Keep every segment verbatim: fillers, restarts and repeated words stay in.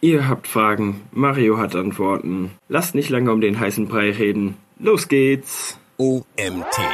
Ihr habt Fragen, Mario hat Antworten. Lasst nicht lange um den heißen Brei reden. Los geht's! O M T.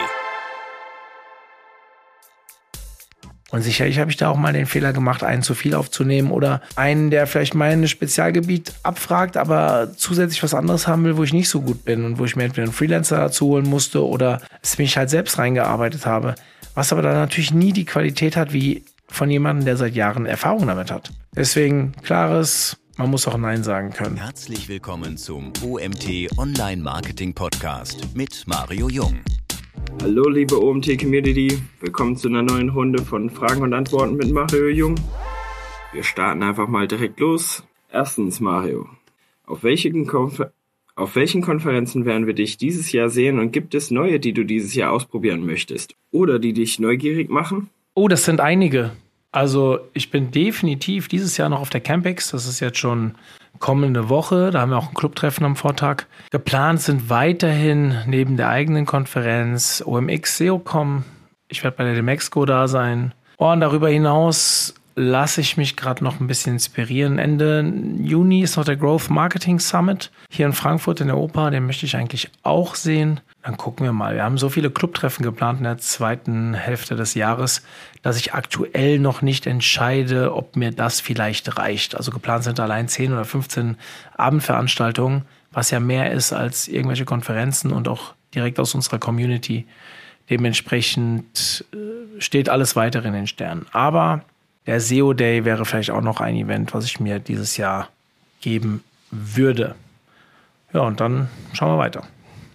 Und sicherlich habe ich da auch mal den Fehler gemacht, einen zu viel aufzunehmen oder einen, der vielleicht mein Spezialgebiet abfragt, aber zusätzlich was anderes haben will, wo ich nicht so gut bin und wo ich mir entweder einen Freelancer dazu holen musste oder es mich halt selbst reingearbeitet habe. Was aber dann natürlich nie die Qualität hat wie von jemandem, der seit Jahren Erfahrung damit hat. Deswegen klares, man muss auch Nein sagen können. Herzlich willkommen zum O M T Online Marketing Podcast mit Mario Jung. Hallo liebe O M T-Community, willkommen zu einer neuen Runde von Fragen und Antworten mit Mario Jung. Wir starten einfach mal direkt los. Erstens Mario, auf welchen, Konfer- auf welchen Konferenzen werden wir dich dieses Jahr sehen und gibt es neue, die du dieses Jahr ausprobieren möchtest oder die dich neugierig machen? Oh, das sind einige. Also ich bin definitiv dieses Jahr noch auf der Campix, das ist jetzt schon kommende Woche, da haben wir auch ein Clubtreffen am Vortag. Geplant sind weiterhin neben der eigenen Konferenz O M X, SEOCom, ich werde bei der Demexco da sein. Und darüber hinaus lasse ich mich gerade noch ein bisschen inspirieren. Ende Juni ist noch der Growth Marketing Summit hier in Frankfurt in der Oper, den möchte ich eigentlich auch sehen. Dann gucken wir mal. Wir haben so viele Clubtreffen geplant in der zweiten Hälfte des Jahres, dass ich aktuell noch nicht entscheide, ob mir das vielleicht reicht. Also geplant sind allein zehn oder fünfzehn Abendveranstaltungen, was ja mehr ist als irgendwelche Konferenzen und auch direkt aus unserer Community. Dementsprechend steht alles weitere in den Sternen. Aber der S E O Day wäre vielleicht auch noch ein Event, was ich mir dieses Jahr geben würde. Ja, und dann schauen wir weiter.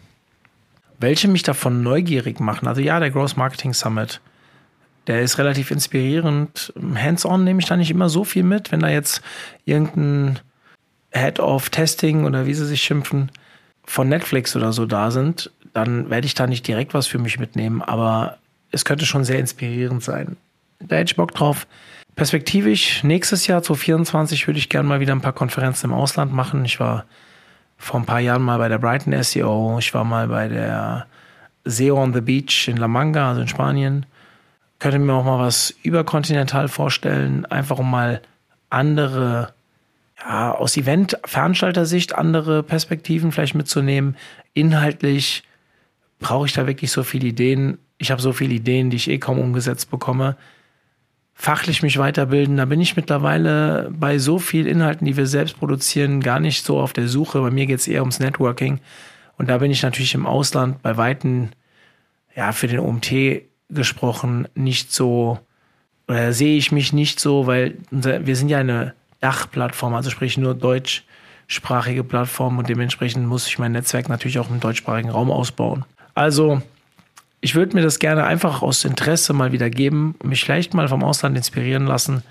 Welche mich davon neugierig machen, also ja, der Growth Marketing Summit, der ist relativ inspirierend. Hands-on nehme ich da nicht immer so viel mit. Wenn da jetzt irgendein Head of Testing oder wie sie sich schimpfen, von Netflix oder so da sind, dann werde ich da nicht direkt was für mich mitnehmen, aber es könnte schon sehr inspirierend sein. Da hätte ich Bock drauf. Perspektivisch, nächstes Jahr, zwanzig vierundzwanzig, würde ich gerne mal wieder ein paar Konferenzen im Ausland machen. Ich war vor ein paar Jahren mal bei der Brighton S E O, ich war mal bei der S E O on the Beach in La Manga, also in Spanien. Könnte mir auch mal was überkontinental vorstellen, einfach um mal andere, ja, aus Event-Veranstalter-Sicht andere Perspektiven vielleicht mitzunehmen. Inhaltlich brauche ich da wirklich so viele Ideen. Ich habe so viele Ideen, die ich eh kaum umgesetzt bekomme. Fachlich mich weiterbilden, da bin ich mittlerweile bei so vielen Inhalten, die wir selbst produzieren, gar nicht so auf der Suche. Bei mir geht es eher ums Networking. Und da bin ich natürlich im Ausland bei Weitem, ja, für den O M T gesprochen, nicht so, oder sehe ich mich nicht so, weil unser, wir sind ja eine Dachplattform, also sprich nur deutschsprachige Plattform und dementsprechend muss ich mein Netzwerk natürlich auch im deutschsprachigen Raum ausbauen. Also ich würde mir das gerne einfach aus Interesse mal wieder geben, mich vielleicht mal vom Ausland inspirieren lassen,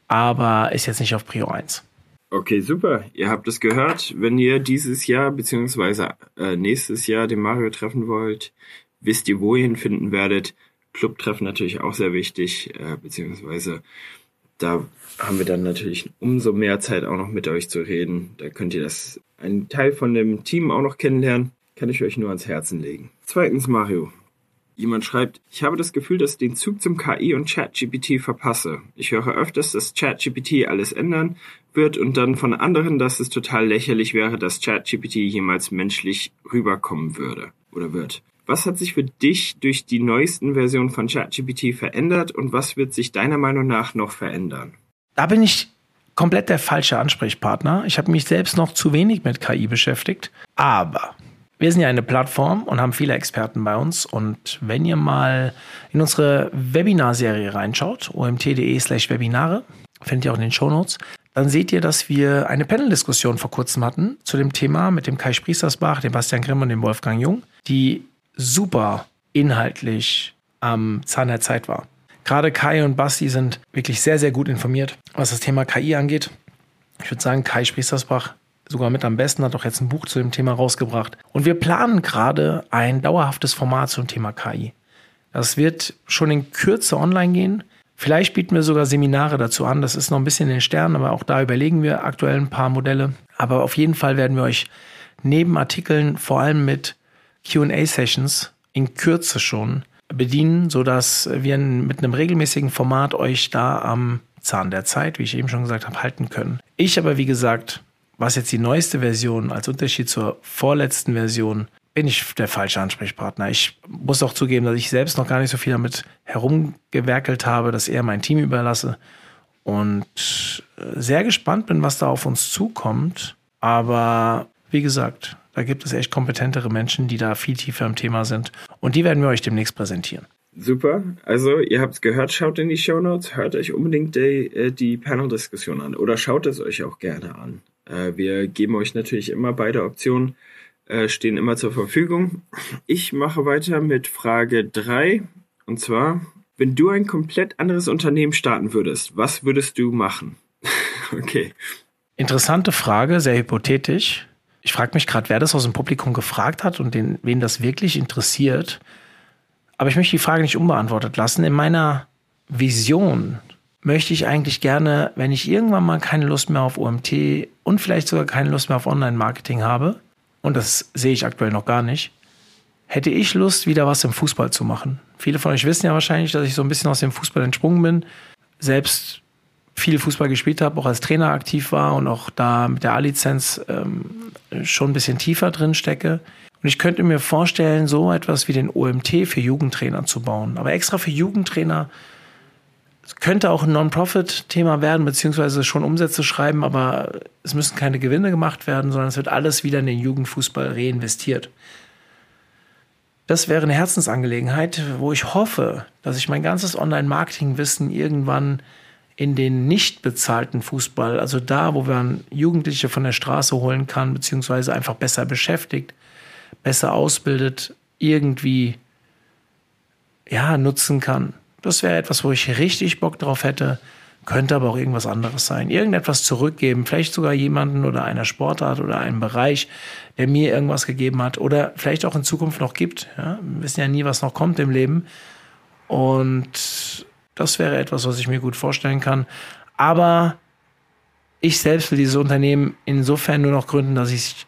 aber ist jetzt nicht auf Prio eins. Okay, super. Ihr habt es gehört. Wenn ihr dieses Jahr bzw. Äh, nächstes Jahr den Mario treffen wollt, wisst ihr, wo ihr ihn finden werdet. Clubtreffen natürlich auch sehr wichtig, äh, beziehungsweise da haben wir dann natürlich umso mehr Zeit auch noch mit euch zu reden. Da könnt ihr das einen Teil von dem Team auch noch kennenlernen. Kann ich euch nur ans Herzen legen. Zweitens, Mario. Jemand schreibt, ich habe das Gefühl, dass ich den Zug zum K I und ChatGPT verpasse. Ich höre öfters, dass ChatGPT alles ändern wird und dann von anderen, dass es total lächerlich wäre, dass ChatGPT jemals menschlich rüberkommen würde oder wird. Was hat sich für dich durch die neuesten Versionen von ChatGPT verändert und was wird sich deiner Meinung nach noch verändern? Da bin ich komplett der falsche Ansprechpartner. Ich habe mich selbst noch zu wenig mit K I beschäftigt, aber wir sind ja eine Plattform und haben viele Experten bei uns. Und wenn ihr mal in unsere Webinarserie reinschaut, omt.de slash Webinare, findet ihr auch in den Shownotes, dann seht ihr, dass wir eine Panel-Diskussion vor kurzem hatten zu dem Thema mit dem Kai Spriestersbach, dem Bastian Grimm und dem Wolfgang Jung, die super inhaltlich am Zahn der Zeit war. Gerade Kai und Basti sind wirklich sehr, sehr gut informiert, was das Thema K I angeht. Ich würde sagen, Kai Spriestersbach sogar mit am besten, hat auch jetzt ein Buch zu dem Thema rausgebracht. Und wir planen gerade ein dauerhaftes Format zum Thema K I. Das wird schon in Kürze online gehen. Vielleicht bieten wir sogar Seminare dazu an. Das ist noch ein bisschen in den Sternen, aber auch da überlegen wir aktuell ein paar Modelle. Aber auf jeden Fall werden wir euch neben Artikeln vor allem mit Q und A-Sessions in Kürze schon bedienen, sodass wir mit einem regelmäßigen Format euch da am Zahn der Zeit, wie ich eben schon gesagt habe, halten können. Ich aber, wie gesagt, was jetzt die neueste Version als Unterschied zur vorletzten Version, bin ich der falsche Ansprechpartner. Ich muss auch zugeben, dass ich selbst noch gar nicht so viel damit herumgewerkelt habe, das eher mein Team überlasse. Und sehr gespannt bin, was da auf uns zukommt. Aber wie gesagt, da gibt es echt kompetentere Menschen, die da viel tiefer im Thema sind. Und die werden wir euch demnächst präsentieren. Super, also ihr habt es gehört, schaut in die Shownotes, hört euch unbedingt die, die Panel-Diskussion an oder schaut es euch auch gerne an. Wir geben euch natürlich immer beide Optionen, stehen immer zur Verfügung. Ich mache weiter mit Frage drei und zwar, wenn du ein komplett anderes Unternehmen starten würdest, was würdest du machen? Okay. Interessante Frage, sehr hypothetisch. Ich frage mich gerade, wer das aus dem Publikum gefragt hat und den, wen das wirklich interessiert. Aber ich möchte die Frage nicht unbeantwortet lassen. In meiner Vision möchte ich eigentlich gerne, wenn ich irgendwann mal keine Lust mehr auf O M T und vielleicht sogar keine Lust mehr auf Online-Marketing habe, und das sehe ich aktuell noch gar nicht, hätte ich Lust, wieder was im Fußball zu machen. Viele von euch wissen ja wahrscheinlich, dass ich so ein bisschen aus dem Fußball entsprungen bin, selbst viel Fußball gespielt habe, auch als Trainer aktiv war und auch da mit der A-Lizenz ähm, schon ein bisschen tiefer drin stecke. Und ich könnte mir vorstellen, so etwas wie den O M T für Jugendtrainer zu bauen. Aber extra für Jugendtrainer könnte auch ein Non-Profit-Thema werden, beziehungsweise schon Umsätze schreiben, aber es müssen keine Gewinne gemacht werden, sondern es wird alles wieder in den Jugendfußball reinvestiert. Das wäre eine Herzensangelegenheit, wo ich hoffe, dass ich mein ganzes Online-Marketing-Wissen irgendwann in den nicht bezahlten Fußball, also da, wo man Jugendliche von der Straße holen kann, beziehungsweise einfach besser beschäftigt, besser ausbildet, irgendwie ja, nutzen kann. Das wäre etwas, wo ich richtig Bock drauf hätte, könnte aber auch irgendwas anderes sein. Irgendetwas zurückgeben, vielleicht sogar jemanden oder einer Sportart oder einem Bereich, der mir irgendwas gegeben hat oder vielleicht auch in Zukunft noch gibt. Ja? Wir wissen ja nie, was noch kommt im Leben. Und das wäre etwas, was ich mir gut vorstellen kann. Aber ich selbst will dieses Unternehmen insofern nur noch gründen, dass ich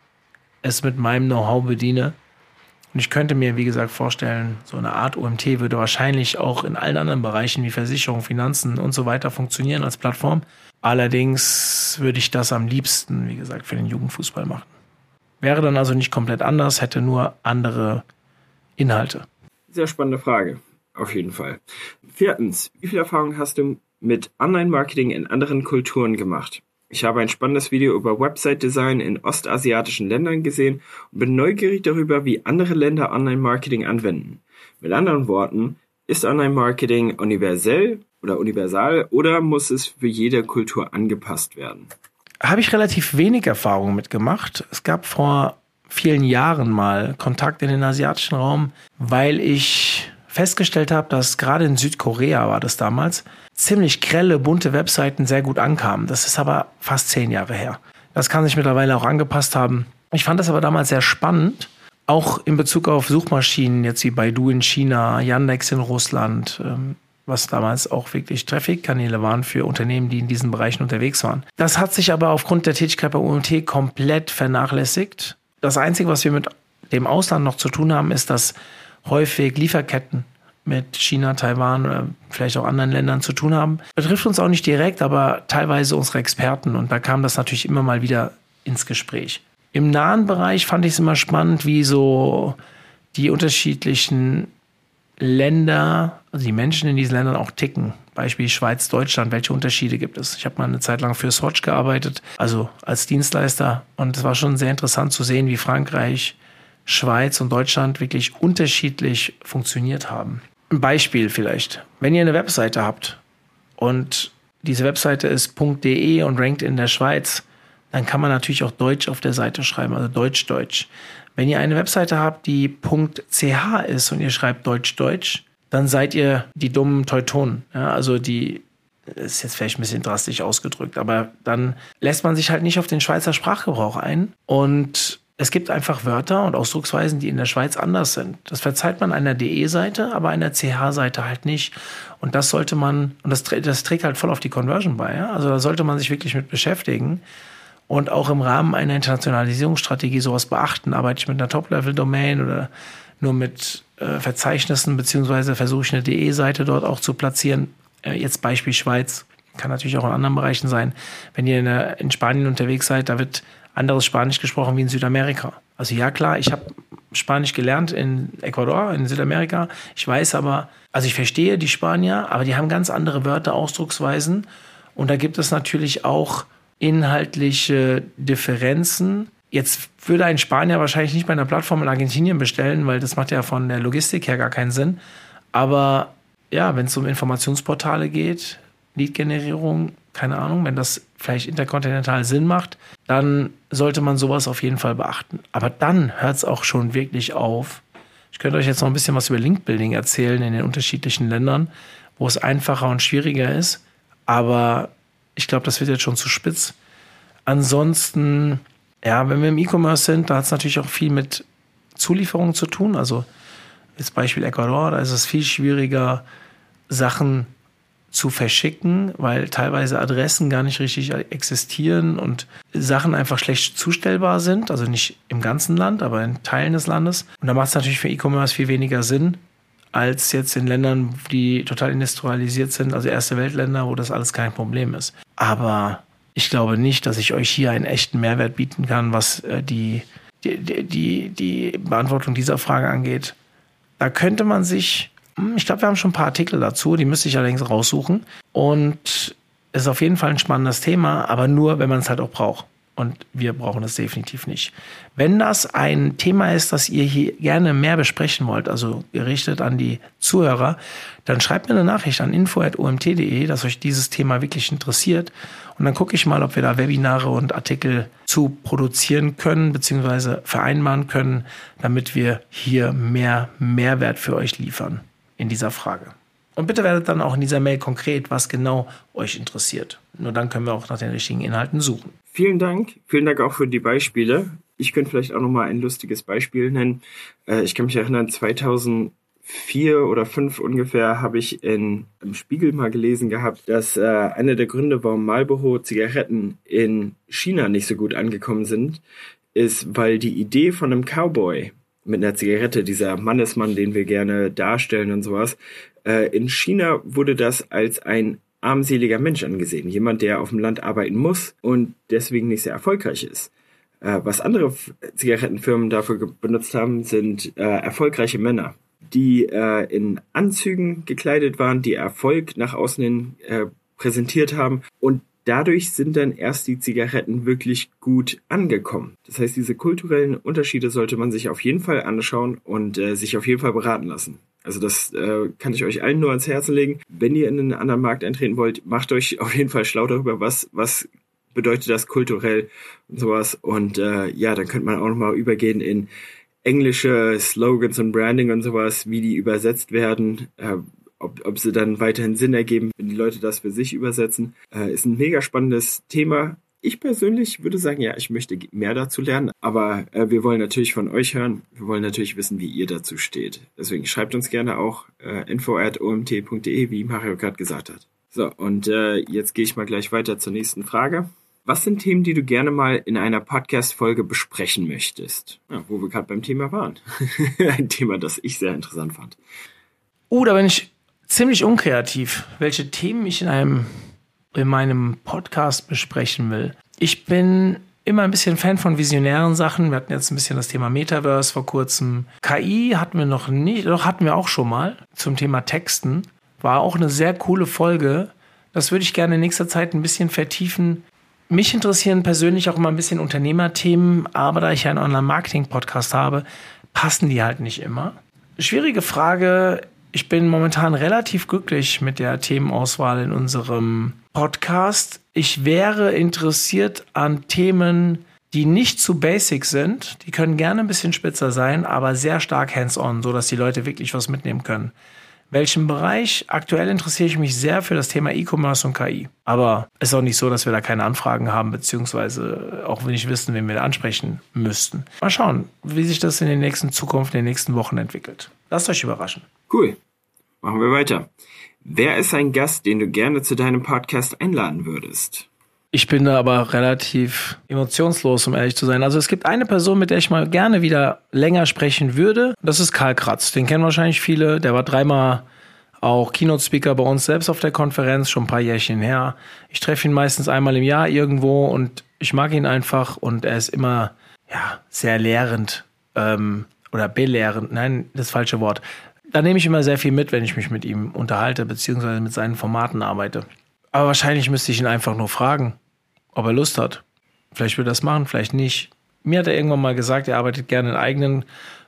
es mit meinem Know-how bediene. Und ich könnte mir, wie gesagt, vorstellen, so eine Art O M T würde wahrscheinlich auch in allen anderen Bereichen wie Versicherung, Finanzen und so weiter funktionieren als Plattform. Allerdings würde ich das am liebsten, wie gesagt, für den Jugendfußball machen. Wäre dann also nicht komplett anders, hätte nur andere Inhalte. Sehr spannende Frage, auf jeden Fall. Viertens, wie viel Erfahrung hast du mit Online-Marketing in anderen Kulturen gemacht? Ich habe ein spannendes Video über Website-Design in ostasiatischen Ländern gesehen und bin neugierig darüber, wie andere Länder Online-Marketing anwenden. Mit anderen Worten, ist Online-Marketing universell oder universal oder muss es für jede Kultur angepasst werden? Habe ich relativ wenig Erfahrung mitgemacht. Es gab vor vielen Jahren mal Kontakt in den asiatischen Raum, weil ich festgestellt habe, dass gerade in Südkorea war das damals, ziemlich grelle, bunte Webseiten sehr gut ankamen. Das ist aber fast zehn Jahre her. Das kann sich mittlerweile auch angepasst haben. Ich fand das aber damals sehr spannend, auch in Bezug auf Suchmaschinen, jetzt wie Baidu in China, Yandex in Russland, was damals auch wirklich Traffic-Kanäle waren für Unternehmen, die in diesen Bereichen unterwegs waren. Das hat sich aber aufgrund der Tätigkeit bei O M T komplett vernachlässigt. Das Einzige, was wir mit dem Ausland noch zu tun haben, ist, dass häufig Lieferketten mit China, Taiwan oder vielleicht auch anderen Ländern zu tun haben. Betrifft uns auch nicht direkt, aber teilweise unsere Experten. Und da kam das natürlich immer mal wieder ins Gespräch. Im nahen Bereich fand ich es immer spannend, wie so die unterschiedlichen Länder, also die Menschen in diesen Ländern auch ticken. Beispiel Schweiz, Deutschland, welche Unterschiede gibt es? Ich habe mal eine Zeit lang für Swatch gearbeitet, also als Dienstleister. Und es war schon sehr interessant zu sehen, wie Frankreich, Schweiz und Deutschland wirklich unterschiedlich funktioniert haben. Ein Beispiel vielleicht. Wenn ihr eine Webseite habt und diese Webseite ist .de und rankt in der Schweiz, dann kann man natürlich auch Deutsch auf der Seite schreiben, also Deutsch-Deutsch. Wenn ihr eine Webseite habt, die .ch ist und ihr schreibt Deutsch-Deutsch, dann seid ihr die dummen Teutonen. Ja, also die, das ist jetzt vielleicht ein bisschen drastisch ausgedrückt, aber dann lässt man sich halt nicht auf den Schweizer Sprachgebrauch ein und es gibt einfach Wörter und Ausdrucksweisen, die in der Schweiz anders sind. Das verzeiht man einer D E-Seite, aber einer C H-Seite halt nicht. Und das sollte man, und das, das trägt halt voll auf die Conversion bei. Ja? Also da sollte man sich wirklich mit beschäftigen und auch im Rahmen einer Internationalisierungsstrategie sowas beachten. Arbeite ich mit einer Top-Level-Domain oder nur mit äh, Verzeichnissen, beziehungsweise versuche ich eine D E-Seite dort auch zu platzieren. Äh, jetzt Beispiel Schweiz. kann natürlich auch in anderen Bereichen sein. Wenn ihr in, in Spanien unterwegs seid, da wird anderes Spanisch gesprochen wie in Südamerika. Also ja klar, ich habe Spanisch gelernt in Ecuador, in Südamerika. Ich weiß aber, also ich verstehe die Spanier, aber die haben ganz andere Wörter, Ausdrucksweisen. Und da gibt es natürlich auch inhaltliche Differenzen. Jetzt würde ein Spanier wahrscheinlich nicht bei einer Plattform in Argentinien bestellen, weil das macht ja von der Logistik her gar keinen Sinn. Aber ja, wenn es um Informationsportale geht, Lead-Generierung, keine Ahnung, wenn das vielleicht interkontinental Sinn macht, dann sollte man sowas auf jeden Fall beachten. Aber dann hört es auch schon wirklich auf. Ich könnte euch jetzt noch ein bisschen was über Link-Building erzählen in den unterschiedlichen Ländern, wo es einfacher und schwieriger ist. Aber ich glaube, das wird jetzt schon zu spitz. Ansonsten, ja, wenn wir im E-Commerce sind, da hat es natürlich auch viel mit Zulieferungen zu tun. Also jetzt Beispiel Ecuador, da ist es viel schwieriger, Sachen zu verschicken, weil teilweise Adressen gar nicht richtig existieren und Sachen einfach schlecht zustellbar sind, also nicht im ganzen Land, aber in Teilen des Landes. Und da macht es natürlich für E-Commerce viel weniger Sinn, als jetzt in Ländern, die total industrialisiert sind, also erste Weltländer, wo das alles kein Problem ist. Aber ich glaube nicht, dass ich euch hier einen echten Mehrwert bieten kann, was die, die, die, die Beantwortung dieser Frage angeht. Da könnte man sich Ich glaube, wir haben schon ein paar Artikel dazu, die müsste ich allerdings raussuchen. Und es ist auf jeden Fall ein spannendes Thema, aber nur, wenn man es halt auch braucht. Und wir brauchen es definitiv nicht. Wenn das ein Thema ist, das ihr hier gerne mehr besprechen wollt, also gerichtet an die Zuhörer, dann schreibt mir eine Nachricht an info at o m t punkt d e, dass euch dieses Thema wirklich interessiert. Und dann gucke ich mal, ob wir da Webinare und Artikel zu produzieren können, beziehungsweise vereinbaren können, damit wir hier mehr Mehrwert für euch liefern in dieser Frage. Und bitte werdet dann auch in dieser Mail konkret, was genau euch interessiert. Nur dann können wir auch nach den richtigen Inhalten suchen. Vielen Dank. Vielen Dank auch für die Beispiele. Ich könnte vielleicht auch noch mal ein lustiges Beispiel nennen. Ich kann mich erinnern, zweitausendvier oder zweitausendfünf ungefähr habe ich in, im Spiegel mal gelesen gehabt, dass äh, einer der Gründe, warum Marlboro-Zigaretten in China nicht so gut angekommen sind, ist, weil die Idee von einem Cowboy mit einer Zigarette, dieser Mannesmann, den wir gerne darstellen und sowas, äh, in China wurde das als ein armseliger Mensch angesehen. Jemand, der auf dem Land arbeiten muss und deswegen nicht sehr erfolgreich ist. Äh, was andere F- Zigarettenfirmen dafür ge- benutzt haben, sind äh, erfolgreiche Männer, die äh, in Anzügen gekleidet waren, die Erfolg nach außen hin äh, präsentiert haben und dadurch sind dann erst die Zigaretten wirklich gut angekommen. Das heißt, diese kulturellen Unterschiede sollte man sich auf jeden Fall anschauen und äh, sich auf jeden Fall beraten lassen. Also das äh, kann ich euch allen nur ans Herzen legen. Wenn ihr in einen anderen Markt eintreten wollt, macht euch auf jeden Fall schlau darüber, was was bedeutet das kulturell und sowas. Und äh, ja, dann könnte man auch nochmal übergehen in englische Slogans und Branding und sowas, wie die übersetzt werden, äh, ob, ob sie dann weiterhin Sinn ergeben, wenn die Leute das für sich übersetzen. Äh, ist ein mega spannendes Thema. Ich persönlich würde sagen, ja, ich möchte mehr dazu lernen, aber äh, wir wollen natürlich von euch hören. Wir wollen natürlich wissen, wie ihr dazu steht. Deswegen schreibt uns gerne auch äh, info at o m t punkt d e, wie Mario gerade gesagt hat. So, und äh, jetzt gehe ich mal gleich weiter zur nächsten Frage. Was sind Themen, die du gerne mal in einer Podcast-Folge besprechen möchtest? Ja, wo wir gerade beim Thema waren. Ein Thema, das ich sehr interessant fand. Uh, da bin ich ziemlich unkreativ, welche Themen ich in einem in meinem Podcast besprechen will. Ich bin immer ein bisschen Fan von visionären Sachen. Wir hatten jetzt ein bisschen das Thema Metaverse vor kurzem. K I hatten wir noch nicht, doch hatten wir auch schon mal zum Thema Texten. War auch eine sehr coole Folge. Das würde ich gerne in nächster Zeit ein bisschen vertiefen. Mich interessieren persönlich auch immer ein bisschen Unternehmerthemen, aber da ich ja einen Online-Marketing-Podcast habe, passen die halt nicht immer. Schwierige Frage. Ich bin momentan relativ glücklich mit der Themenauswahl in unserem Podcast. Ich wäre interessiert an Themen, die nicht zu basic sind. Die können gerne ein bisschen spitzer sein, aber sehr stark hands-on, sodass die Leute wirklich was mitnehmen können. Welchen Bereich? Aktuell interessiere ich mich sehr für das Thema E-Commerce und K I. Aber es ist auch nicht so, dass wir da keine Anfragen haben, beziehungsweise auch nicht wissen, wen wir da ansprechen müssten. Mal schauen, wie sich das in der nächsten Zukunft, in den nächsten Wochen entwickelt. Lasst euch überraschen. Cool. Machen wir weiter. Wer ist ein Gast, den du gerne zu deinem Podcast einladen würdest? Ich bin da aber relativ emotionslos, um ehrlich zu sein. Also es gibt eine Person, mit der ich mal gerne wieder länger sprechen würde. Das ist Karl Kratz. Den kennen wahrscheinlich viele. Der war dreimal auch Keynote-Speaker bei uns selbst auf der Konferenz, schon ein paar Jährchen her. Ich treffe ihn meistens einmal im Jahr irgendwo und ich mag ihn einfach und er ist immer ja, sehr lehrend ähm, oder belehrend, nein, das falsche Wort. Da nehme ich immer sehr viel mit, wenn ich mich mit ihm unterhalte, beziehungsweise mit seinen Formaten arbeite. Aber wahrscheinlich müsste ich ihn einfach nur fragen, ob er Lust hat. Vielleicht will er das machen, vielleicht nicht. Mir hat er irgendwann mal gesagt, er arbeitet gerne in eigenen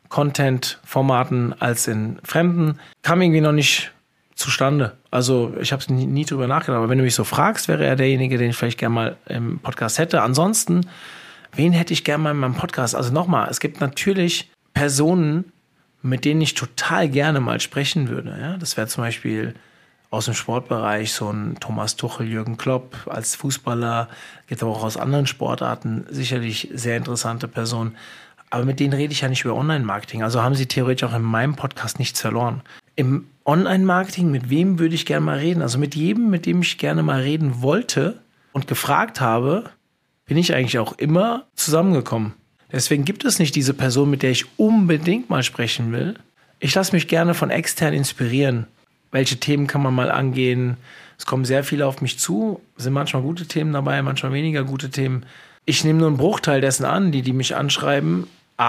Content-Formaten als in fremden. Kam irgendwie noch nicht zustande. Also ich habe nie, nie drüber nachgedacht. Aber wenn du mich so fragst, wäre er derjenige, den ich vielleicht gerne mal im Podcast hätte. Ansonsten, wen hätte ich gerne mal in meinem Podcast? Also nochmal, es gibt natürlich Personen, mit denen ich total gerne mal sprechen würde. Ja? Das wäre zum Beispiel aus dem Sportbereich so ein Thomas Tuchel, Jürgen Klopp als Fußballer. Gibt aber auch aus anderen Sportarten sicherlich sehr interessante Personen. Aber mit denen rede ich ja nicht über Online-Marketing. Also haben sie theoretisch auch in meinem Podcast nichts verloren. Im Online-Marketing, mit wem würde ich gerne mal reden? Also mit jedem, mit dem ich gerne mal reden wollte und gefragt habe, bin ich eigentlich auch immer zusammengekommen. Deswegen gibt es nicht diese Person, mit der ich unbedingt mal sprechen will. Ich lasse mich gerne von extern inspirieren. Welche Themen kann man mal angehen? Es kommen sehr viele auf mich zu. Es sind manchmal gute Themen dabei, manchmal weniger gute Themen. Ich nehme nur einen Bruchteil dessen an, die, die mich anschreiben.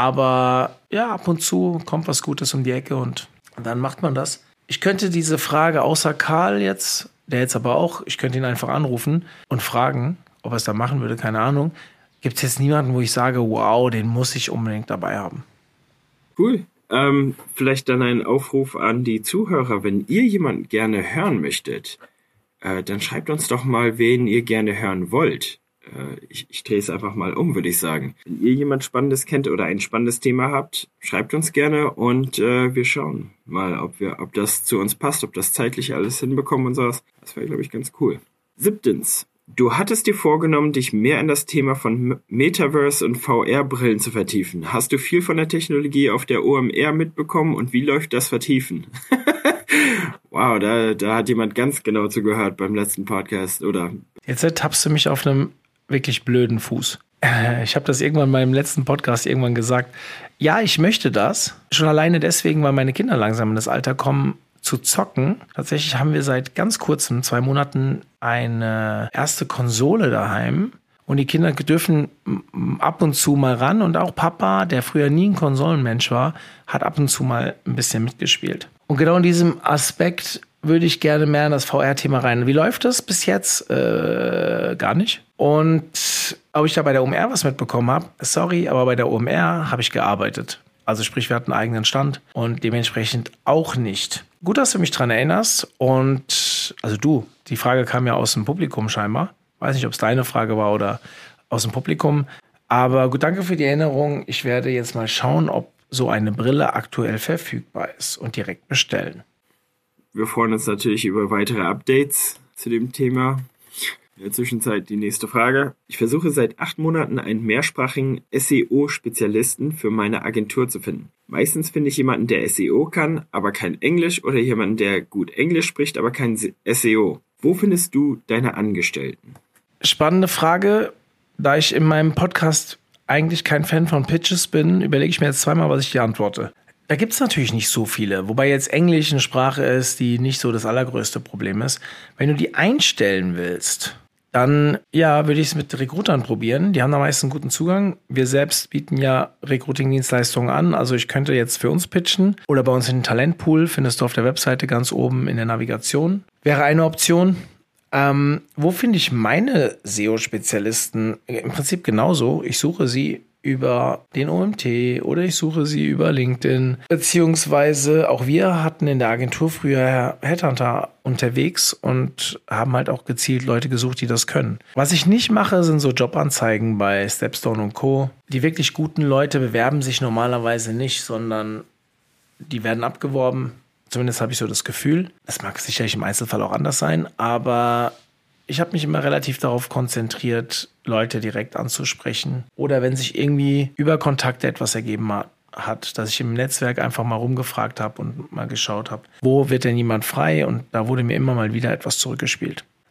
Aber ja, ab und zu kommt was Gutes um die Ecke und dann macht man das. Ich könnte diese Frage außer Karl jetzt, der jetzt aber auch, ich könnte ihn einfach anrufen und fragen, ob er es da machen würde, keine Ahnung. Gibt es jetzt niemanden, wo ich sage, wow, den muss ich unbedingt dabei haben? Cool. Ähm, vielleicht dann ein Aufruf an die Zuhörer, wenn ihr jemanden gerne hören möchtet, äh, dann schreibt uns doch mal, wen ihr gerne hören wollt. Äh, ich ich drehe es einfach mal um, würde ich sagen. Wenn ihr jemand Spannendes kennt oder ein spannendes Thema habt, schreibt uns gerne und äh, wir schauen mal, ob wir, ob das zu uns passt, ob das zeitlich alles hinbekommen und sowas. Das wäre, glaube ich, ganz cool. Siebtens. Du hattest dir vorgenommen, dich mehr in das Thema von Metaverse und V R-Brillen zu vertiefen. Hast du viel von der Technologie auf der O M R mitbekommen und wie läuft das Vertiefen? Wow, da, da hat jemand ganz genau zugehört beim letzten Podcast, oder? Jetzt ertappst du mich auf einem wirklich blöden Fuß. Ich habe das irgendwann mal im letzten Podcast irgendwann gesagt. Ja, ich möchte das. Schon alleine deswegen, weil meine Kinder langsam in das Alter kommen, zu zocken. Tatsächlich haben wir seit ganz kurzem, zwei Monaten, eine erste Konsole daheim. Und die Kinder dürfen ab und zu mal ran. Und auch Papa, der früher nie ein Konsolenmensch war, hat ab und zu mal ein bisschen mitgespielt. Und genau in diesem Aspekt würde ich gerne mehr in das V R-Thema rein. Wie läuft das bis jetzt? Äh, gar nicht. Und ob ich da bei der O M R was mitbekommen habe? Sorry, aber bei der O M R habe ich gearbeitet. Also sprich, wir hatten einen eigenen Stand und dementsprechend auch nicht. Gut, dass du mich dran erinnerst. Und also du, die Frage kam ja aus dem Publikum scheinbar. Weiß nicht, ob es deine Frage war oder aus dem Publikum. Aber gut, danke für die Erinnerung. Ich werde jetzt mal schauen, ob so eine Brille aktuell verfügbar ist und direkt bestellen. Wir freuen uns natürlich über weitere Updates zu dem Thema. In der Zwischenzeit die nächste Frage. Ich versuche seit acht Monaten einen mehrsprachigen S E O-Spezialisten für meine Agentur zu finden. Meistens finde ich jemanden, der S E O kann, aber kein Englisch, oder jemanden, der gut Englisch spricht, aber kein S E O. Wo findest du deine Angestellten? Spannende Frage. Da ich in meinem Podcast eigentlich kein Fan von Pitches bin, überlege ich mir jetzt zweimal, was ich dir antworte. Da gibt es natürlich nicht so viele, wobei jetzt Englisch eine Sprache ist, die nicht so das allergrößte Problem ist. Wenn du die einstellen willst, dann ja, würde ich es mit Recruitern probieren. Die haben da meist einen guten Zugang. Wir selbst bieten ja Recruiting-Dienstleistungen an. Also ich könnte jetzt für uns pitchen oder bei uns in den Talentpool, findest du auf der Webseite ganz oben in der Navigation. Wäre eine Option. Ähm, wo finde ich meine S E O-Spezialisten? Im Prinzip genauso. Ich suche sie über den O M T oder ich suche sie über LinkedIn. Beziehungsweise auch wir hatten in der Agentur früher Headhunter unterwegs und haben halt auch gezielt Leute gesucht, die das können. Was ich nicht mache, sind so Jobanzeigen bei Stepstone und Co. Die wirklich guten Leute bewerben sich normalerweise nicht, sondern die werden abgeworben. Zumindest habe ich so das Gefühl. Das mag sicherlich im Einzelfall auch anders sein, aber ich habe mich immer relativ darauf konzentriert, Leute direkt anzusprechen. Oder wenn sich irgendwie über Kontakte etwas ergeben hat, dass ich im Netzwerk einfach mal rumgefragt habe und mal geschaut habe, wo wird denn jemand frei? Und da wurde mir immer mal wieder etwas zurückgespielt.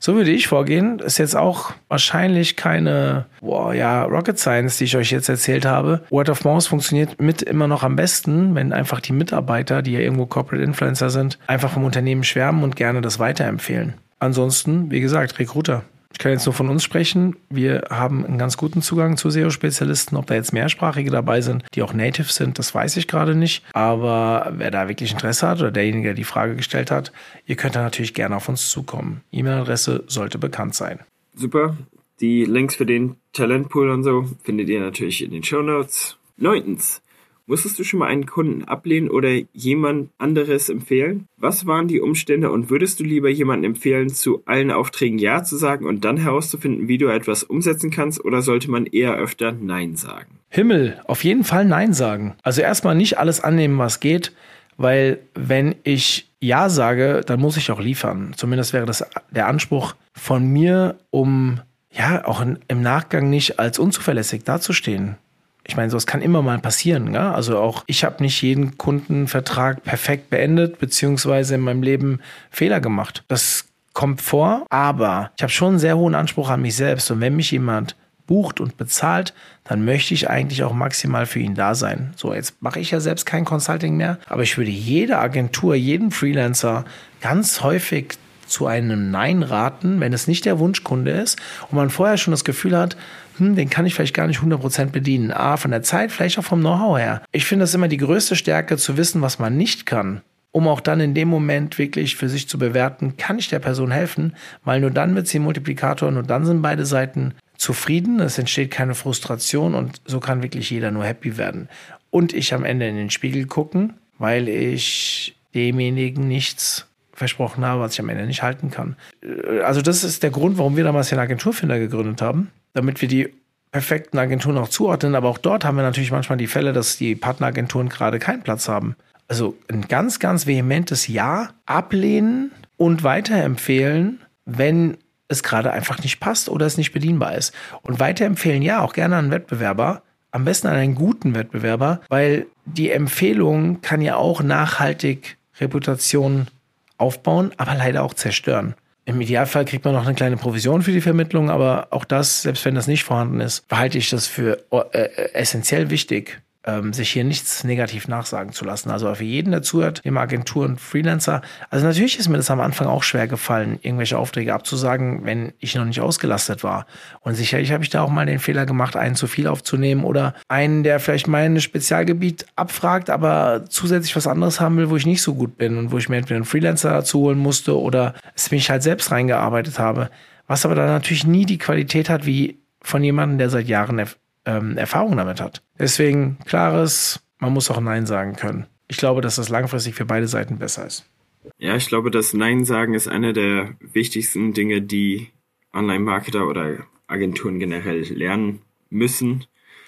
So würde ich vorgehen. Ist jetzt auch wahrscheinlich keine boah, ja, Rocket Science, die ich euch jetzt erzählt habe. Word of Mouth funktioniert mit immer noch am besten, wenn einfach die Mitarbeiter, die ja irgendwo Corporate Influencer sind, einfach vom Unternehmen schwärmen und gerne das weiterempfehlen. Ansonsten, wie gesagt, Recruiter. Ich kann jetzt nur von uns sprechen. Wir haben einen ganz guten Zugang zu S E O-Spezialisten. Ob da jetzt mehrsprachige dabei sind, die auch native sind, das weiß ich gerade nicht. Aber wer da wirklich Interesse hat oder derjenige, der die Frage gestellt hat, ihr könnt da natürlich gerne auf uns zukommen. E-Mail-Adresse sollte bekannt sein. Super. Die Links für den Talentpool und so findet ihr natürlich in den Shownotes. Neuntens. Musstest du schon mal einen Kunden ablehnen oder jemand anderes empfehlen? Was waren die Umstände und würdest du lieber jemanden empfehlen, zu allen Aufträgen Ja zu sagen und dann herauszufinden, wie du etwas umsetzen kannst, oder sollte man eher öfter Nein sagen? Himmel, auf jeden Fall Nein sagen. Also erstmal nicht alles annehmen, was geht, weil wenn ich Ja sage, dann muss ich auch liefern. Zumindest wäre das der Anspruch von mir, um ja auch im Nachgang nicht als unzuverlässig dazustehen. Ich meine, sowas kann immer mal passieren. Ja? Also auch ich habe nicht jeden Kundenvertrag perfekt beendet, beziehungsweise in meinem Leben Fehler gemacht. Das kommt vor, aber ich habe schon einen sehr hohen Anspruch an mich selbst. Und wenn mich jemand bucht und bezahlt, dann möchte ich eigentlich auch maximal für ihn da sein. So, jetzt mache ich ja selbst kein Consulting mehr, aber ich würde jede Agentur, jeden Freelancer ganz häufig zu einem Nein raten, wenn es nicht der Wunschkunde ist und man vorher schon das Gefühl hat, hm, den kann ich vielleicht gar nicht hundert Prozent bedienen. A, von der Zeit, vielleicht auch vom Know-how her. Ich finde das immer die größte Stärke, zu wissen, was man nicht kann, um auch dann in dem Moment wirklich für sich zu bewerten, kann ich der Person helfen, weil nur dann wird sie ein Multiplikator, nur dann sind beide Seiten zufrieden, es entsteht keine Frustration und so kann wirklich jeder nur happy werden. Und ich am Ende in den Spiegel gucken, weil ich demjenigen nichts versprochen habe, was ich am Ende nicht halten kann. Also das ist der Grund, warum wir damals den Agenturfinder gegründet haben, damit wir die perfekten Agenturen auch zuordnen. Aber auch dort haben wir natürlich manchmal die Fälle, dass die Partneragenturen gerade keinen Platz haben. Also ein ganz, ganz vehementes Ja ablehnen und weiterempfehlen, wenn es gerade einfach nicht passt oder es nicht bedienbar ist. Und weiterempfehlen, ja, auch gerne an einen Wettbewerber, am besten an einen guten Wettbewerber, weil die Empfehlung kann ja auch nachhaltig Reputation aufbauen, aber leider auch zerstören. Im Idealfall kriegt man noch eine kleine Provision für die Vermittlung, aber auch das, selbst wenn das nicht vorhanden ist, halte ich das für äh, essentiell wichtig, ähm, sich hier nichts negativ nachsagen zu lassen. Also für jeden, der zuhört, dem Agenturen, Freelancer, also natürlich ist mir das am Anfang auch schwer gefallen, irgendwelche Aufträge abzusagen, wenn ich noch nicht ausgelastet war. Und sicherlich habe ich da auch mal den Fehler gemacht, einen zu viel aufzunehmen oder einen, der vielleicht mein Spezialgebiet abfragt, aber zusätzlich was anderes haben will, wo ich nicht so gut bin und wo ich mir entweder einen Freelancer dazu holen musste oder es mich halt selbst reingearbeitet habe. Was aber dann natürlich nie die Qualität hat, wie von jemandem, der seit Jahren erf- ähm, Erfahrung damit hat. Deswegen klares, man muss auch Nein sagen können. Ich glaube, dass das langfristig für beide Seiten besser ist. Ja, ich glaube, das Nein sagen ist eine der wichtigsten Dinge, die Online-Marketer oder Agenturen generell lernen müssen.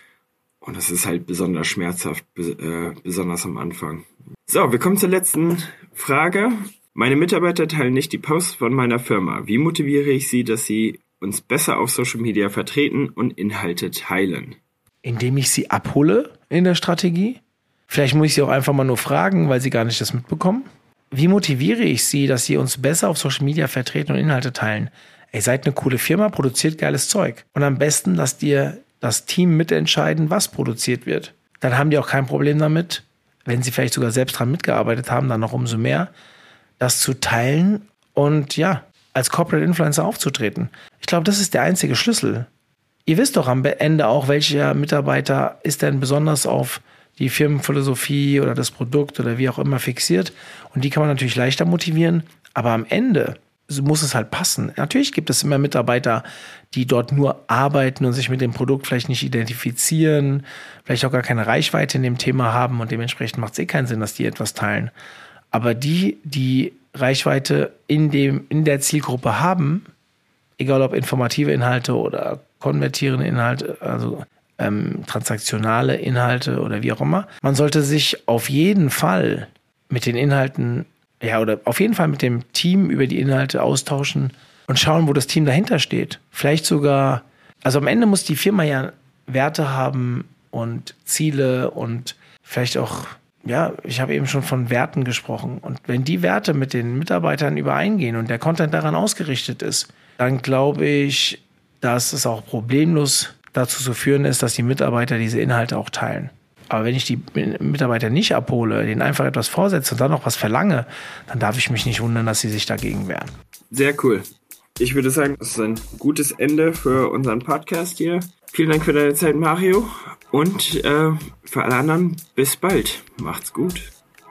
Und das ist halt besonders schmerzhaft, äh, besonders am Anfang. So, wir kommen zur letzten Frage. Meine Mitarbeiter teilen nicht die Posts von meiner Firma. Wie motiviere ich sie, dass sie uns besser auf Social Media vertreten und Inhalte teilen? Indem ich sie abhole in der Strategie. Vielleicht muss ich sie auch einfach mal nur fragen, weil sie gar nicht das mitbekommen. Wie motiviere ich sie, dass sie uns besser auf Social Media vertreten und Inhalte teilen? Ey, seid eine coole Firma, produziert geiles Zeug. Und am besten lasst ihr das Team mitentscheiden, was produziert wird. Dann haben die auch kein Problem damit, wenn sie vielleicht sogar selbst dran mitgearbeitet haben, dann noch umso mehr, das zu teilen und ja, als Corporate Influencer aufzutreten. Ich glaube, das ist der einzige Schlüssel. Ihr wisst doch am Ende auch, welcher Mitarbeiter ist denn besonders auf die Firmenphilosophie oder das Produkt oder wie auch immer fixiert. Und die kann man natürlich leichter motivieren. Aber am Ende muss es halt passen. Natürlich gibt es immer Mitarbeiter, die dort nur arbeiten und sich mit dem Produkt vielleicht nicht identifizieren, vielleicht auch gar keine Reichweite in dem Thema haben und dementsprechend macht es eh keinen Sinn, dass die etwas teilen. Aber die, die Reichweite in dem, in der Zielgruppe haben, egal ob informative Inhalte oder konvertierende Inhalte, also ähm, transaktionale Inhalte oder wie auch immer, man sollte sich auf jeden Fall mit den Inhalten, ja, oder auf jeden Fall mit dem Team über die Inhalte austauschen und schauen, wo das Team dahinter steht. Vielleicht sogar, also am Ende muss die Firma ja Werte haben und Ziele und vielleicht auch ja, ich habe eben schon von Werten gesprochen. Und wenn die Werte mit den Mitarbeitern übereingehen und der Content daran ausgerichtet ist, dann glaube ich, dass es auch problemlos dazu zu führen ist, dass die Mitarbeiter diese Inhalte auch teilen. Aber wenn ich die Mitarbeiter nicht abhole, denen einfach etwas vorsetze und dann noch was verlange, dann darf ich mich nicht wundern, dass sie sich dagegen wehren. Sehr cool. Ich würde sagen, das ist ein gutes Ende für unseren Podcast hier. Vielen Dank für deine Zeit, Mario. Und äh, für alle anderen, bis bald. Macht's gut.